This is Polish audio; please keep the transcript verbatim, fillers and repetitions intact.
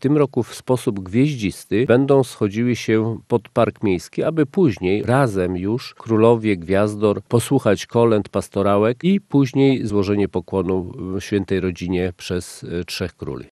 tym roku w sposób gwieździsty będą schodziły się pod Park Miejski, aby później razem już królowie gwiazdor posłuchać kolęd, pastorałek i później złożenie pokłonu świętej rodzinie przez trzech króli.